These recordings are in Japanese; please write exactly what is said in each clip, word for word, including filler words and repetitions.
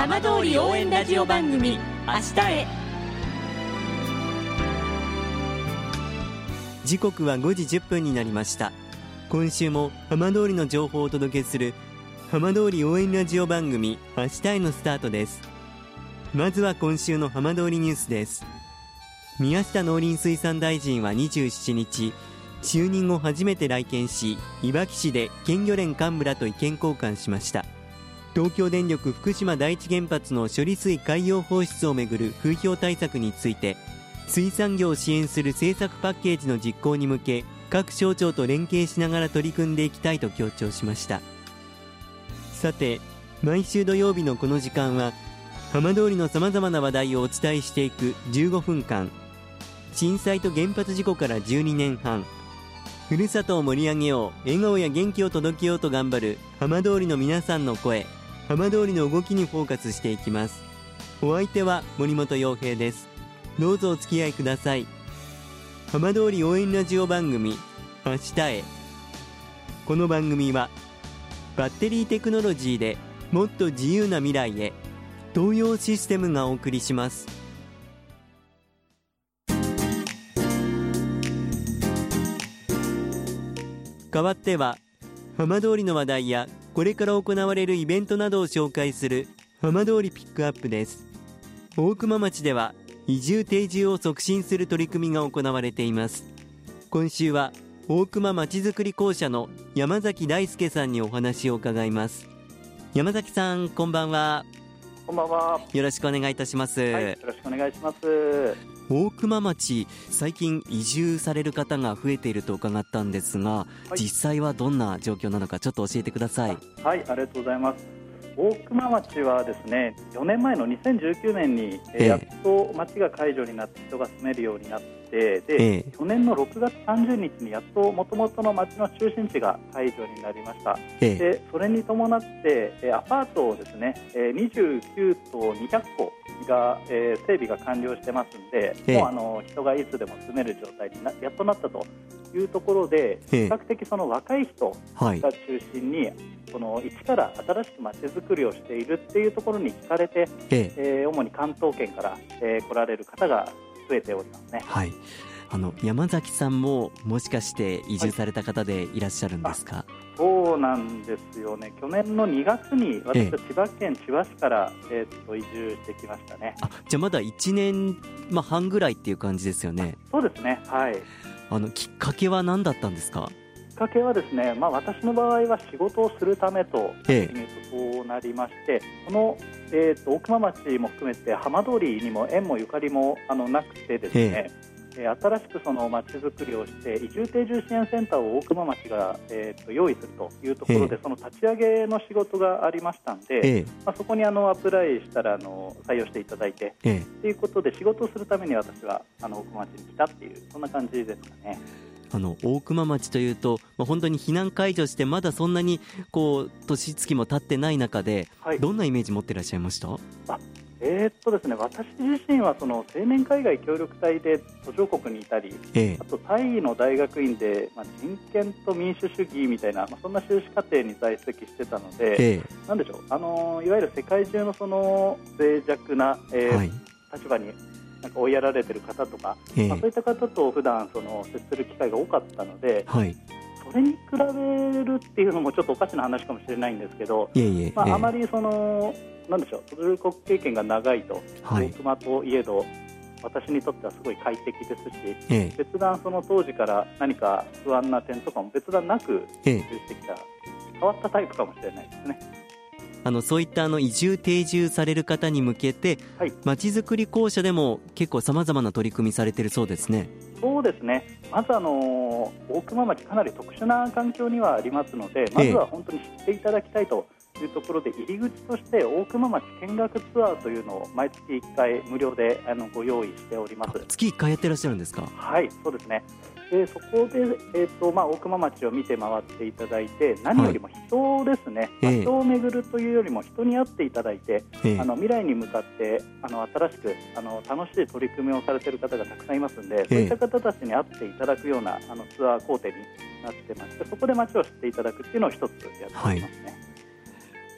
浜通り応援ラジオ番組明日へ。 時刻はごじじゅっぷんになりました。今週も浜通りの情報をお届けする浜通り応援ラジオ番組明日へのスタートです。まずは今週の浜通りニュースです。宮下農林水産大臣はにじゅうしちにち、就任後初めて来県し、いわき市で県漁連幹部らと意見交換しました。東京電力福島第一原発の処理水海洋放出をめぐる風評対策について、水産業を支援する政策パッケージの実行に向け、各省庁と連携しながら取り組んでいきたいと強調しました。さて、毎週土曜日のこの時間は浜通りのさまざまな話題をお伝えしていくじゅうごふんかん、震災と原発事故からじゅうにねんはん、ふるさとを盛り上げよう、笑顔や元気を届けようと頑張る浜通りの皆さんの声、浜通りの動きにフォーカスしていきます。お相手は森本洋平です。どうぞお付き合いください。浜通り応援ラジオ番組明日へ。この番組はバッテリーテクノロジーでもっと自由な未来へ、東洋システムがお送りします。代わっては浜通りの話題やこれから行われるイベントなどを紹介する浜通りピックアップです。大熊町では移住定住を促進する取り組みが行われています。今週は大熊まちづくり公社の山崎大輔さんにお話を伺います。山崎さん、こんばんは。 こんばんは。 よろしくお願いいたします。 はい、よろしくお願いします。 大熊町、最近移住される方が増えていると伺ったんですが、はい、実際はどんな状況なのかちょっと教えてください。 はい、ありがとうございます。大熊町はですね、よねんまえのにせんじゅうきゅうねんに、えー、やっと町が解除になって人が住めるようになって、で、えー、去年のろくがつさんじゅうにちにやっと元々の町の中心地が解除になりました。えー、でそれに伴ってアパートをですね、にじゅうきゅうとうにひゃっこが、えー、整備が完了してますんで、えー、もうあの人がいつでも住める状態になやっとなったというところで、比較的その若い人が中心に、はい、この一から新しく街づくりをしているっていうところに惹かれて、えええー、主に関東圏から、えー、来られる方が増えておりますね。 はい、あの山崎さんももしかして移住された方でいらっしゃるんですか？はい、 そうなんですよね。去年のにがつに私は千葉県千葉市から、えー、っと移住してきましたね。 あ、じゃあまだいちねん、まあ、半ぐらいっていう感じですよね。 そうですね。はい。 あのきっかけは何だったんですか？ きっかけはですね、まあ、私の場合は仕事をするためというとなりまして、ええ、この、えー、と大熊町も含めて浜通りにも縁もゆかりもあのなくてですね、ええ、新しくその町づくりをして移住定住支援センターを大熊町が、えー、と用意するというところで、ええ、その立ち上げの仕事がありましたので、ええ、まあ、そこにあのアプライしたらあの採用していただいて、ええ、ということで仕事をするために私はあの大熊町に来たっていうそんな感じですかね。 あの大熊町というと、まあ、本当に避難解除してまだそんなにこう年月も経ってない中で、はい、どんなイメージ持っていらっしゃいました？ あえーっとですね、私自身はその青年海外協力隊で途上国にいたり、ええ、あとタイの大学院で、まあ、人権と民主主義みたいな、まあ、そんな修士課程に在籍してたので、ええ、なんでしょう、あのいわゆる世界中のその脆弱な、えーはい、立場になんか追いやられている方とか、ええ、まあ、そういった方と普段その接する機会が多かったので、はい、それに比べるっていうのもちょっとおかしな話かもしれないんですけど、いえいえ、まあ、あまりそのなんでしょう、途上国経験が長いと、はい、大熊といえど私にとってはすごい快適ですし、ええ、別段その当時から何か不安な点とかも別段なく移住してきた、ええ、変わったタイプかもしれないですね。 あのそういったあの移住定住される方に向けてまちづくり公社でも結構さまざまな取り組みされているそうですね。 そうですね、まずあの大熊町かなり特殊な環境にはありますので、まずは本当に知っていただきたいというところで、入り口として大熊町見学ツアーというのを毎月いっかい無料であのご用意しております。 月いっかいやってらっしゃるんですか？ はい、そうですね。でそこで、えーとまあ、大熊町を見て回っていただいて、何よりも人ですね、はい、場所を巡るというよりも人に会っていただいて、えー、あの未来に向かってあの新しくあの楽しい取り組みをされている方がたくさんいますので、えー、そういった方たちに会っていただくようなあのツアー工程になってまして、そこで町を知っていただくっていうのを一つやっていますね。はい、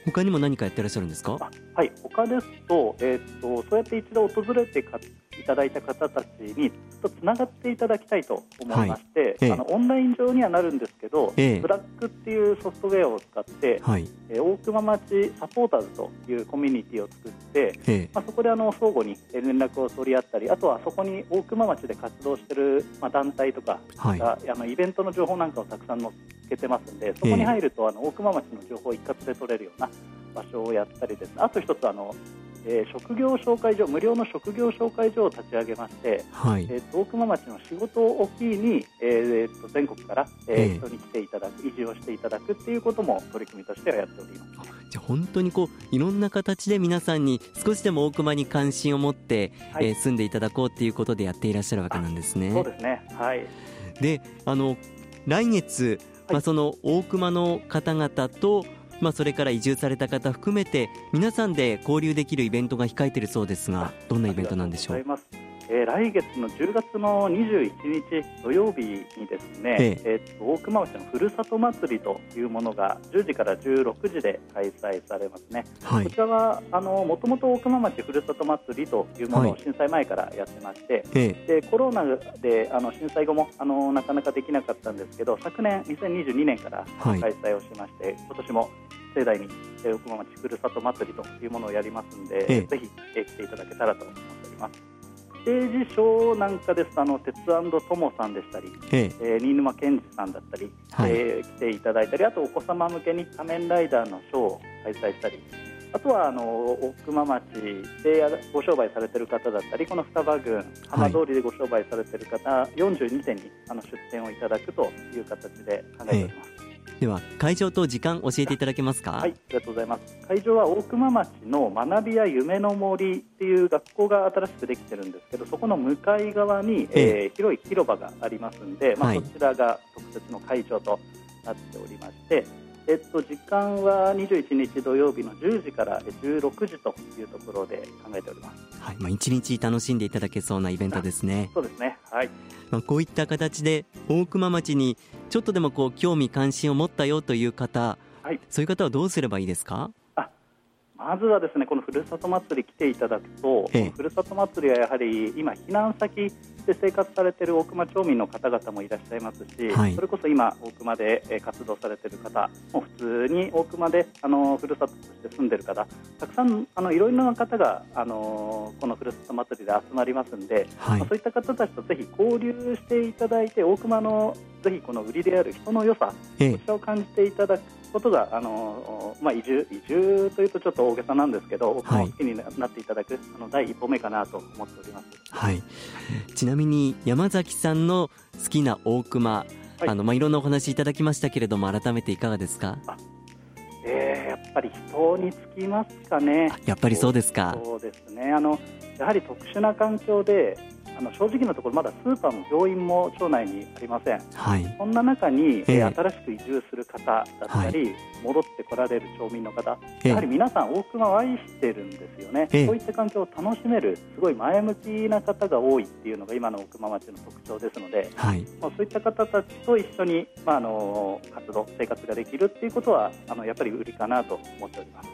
他にも何かやってらっしゃるんですか？ あはい、他ですと、えー、とそうやって一度訪れてかいただいた方たちにとつながっていただきたいと思いまして、はいええ、あのオンライン上にはなるんですけど、ええ、スラックっていうソフトウェアを使って、はいえー、大熊町サポーターズというコミュニティを作って、ええまあ、そこであの相互に連絡を取り合ったり、あとはそこに大熊町で活動している、まあ、団体とかが、はい、あのイベントの情報なんかをたくさん載っけてますので、そこに入ると、ええ、あの大熊町の情報を一括で取れるような場所をやったりですね、あと一つあのえー、職業紹介所、無料の職業紹介所を立ち上げまして、はいえー、大熊町の仕事を機に、えー、と全国から、えー、人に来ていただく、移住をしていただくっていうことも取り組みとしてはやっております。 じゃあ本当にこういろんな形で皆さんに少しでも大熊に関心を持って、はいえー、住んでいただこうということでやっていらっしゃるわけなんですね。 そうですね、はい、 であの来月、はいまあ、その大熊の方々とまあ、それから移住された方含めて皆さんで交流できるイベントが控えているそうですが、どんなイベントなんでしょう？ えー、来月のじゅうがつのにじゅういちにち土曜日にですね、えええー、と大熊町のふるさと祭りというものがじゅうじからじゅうろくじで開催されますね、はい、こちらはあのもともと大熊町ふるさと祭りというものを震災前からやってまして、はい、でコロナであの震災後もあのなかなかできなかったんですけど、昨年にせんにじゅうにねんから開催をしまして、はい、今年も盛大に大熊町ふるさと祭りというものをやりますので、ええ、ぜひ、え来ていただけたらと思っております。ステージショーなんかですと、あの鉄&友さんでしたり、えええー、新沼健二さんだったり、はいえー、来ていただいたり、あとお子様向けに仮面ライダーのショーを開催したり、あとはあの大熊町でご商売されている方だったり、この双葉郡浜通りでご商売されている方、はい、よんじゅうにてんにあの出店をいただくという形で考えております。 では会場と時間教えていただけますか？ はい、ありがとうございます。会場は大熊町の学びや夢の森っていう学校が新しくできてるんですけど、そこの向かい側に、えー、広い広場がありますので、まあ、そちらが特設の会場となっておりまして、えっと、時間はにじゅういちにち土曜日のじゅうじからじゅうろくじというところで考えております。 はい、まあ、一日楽しんでいただけそうなイベントですね。 そうですね、はい。 まあ、こういった形で大熊町にちょっとでもこう興味関心を持ったよという方、はい、そういう方はどうすればいいですか？ あまずはですね、このふるさと祭り来ていただくと、ええ、ふるさと祭りはやはり今避難先で生活されている大熊町民の方々もいらっしゃいますし、はい、それこそ今大熊で活動されている方も普通に大熊であのふるさととして住んでいる方、たくさんあのいろいろな方があのこのふるさと祭りで集まりますので、はいまあ、そういった方たちとぜひ交流していただいて、大熊のぜひこの売りである人の良さ、ええ、こちらを感じていただくことがあの、まあ、移住、移住というとちょっと大げさなんですけど、大熊を好きになっていただく、はい、あの第一歩目かなと思っております。 はい、ちなみに山崎さんの好きな大熊、はい、あのまあ、いろんなお話いただきましたけれども、改めていかがですか？あ、 えー、やっぱり人につきますかね。 やっぱりそうですか。 そうですね、あのやはり特殊な環境で、あの正直なところまだスーパーも病院も町内にありません、はい、そんな中に、えー、新しく移住する方だったり、はい、戻ってこられる町民の方、やはり皆さん大熊を愛してるんですよね、えー、そういった環境を楽しめるすごい前向きな方が多いっていうのが今の大熊町の特徴ですので、はいまあ、そういった方たちと一緒に、まあ、あの活動生活ができるっていうことはあのやっぱり売りかなと思っております。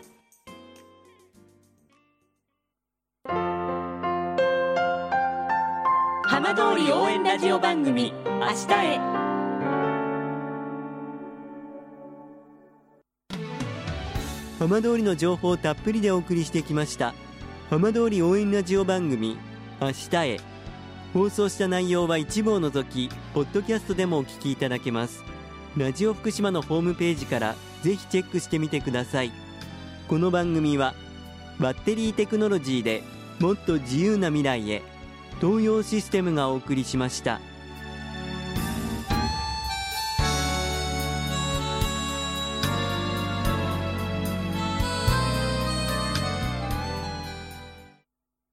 浜通り応援ラジオ番組明日へ。 浜通りの情報をたっぷりでお送りしてきました浜通り応援ラジオ番組明日へ。放送した内容は一部を除きポッドキャストでもお聞きいただけます。ラジオ福島のホームページからぜひチェックしてみてください。この番組はバッテリーテクノロジーでもっと自由な未来へ、東洋システムがお送りしました。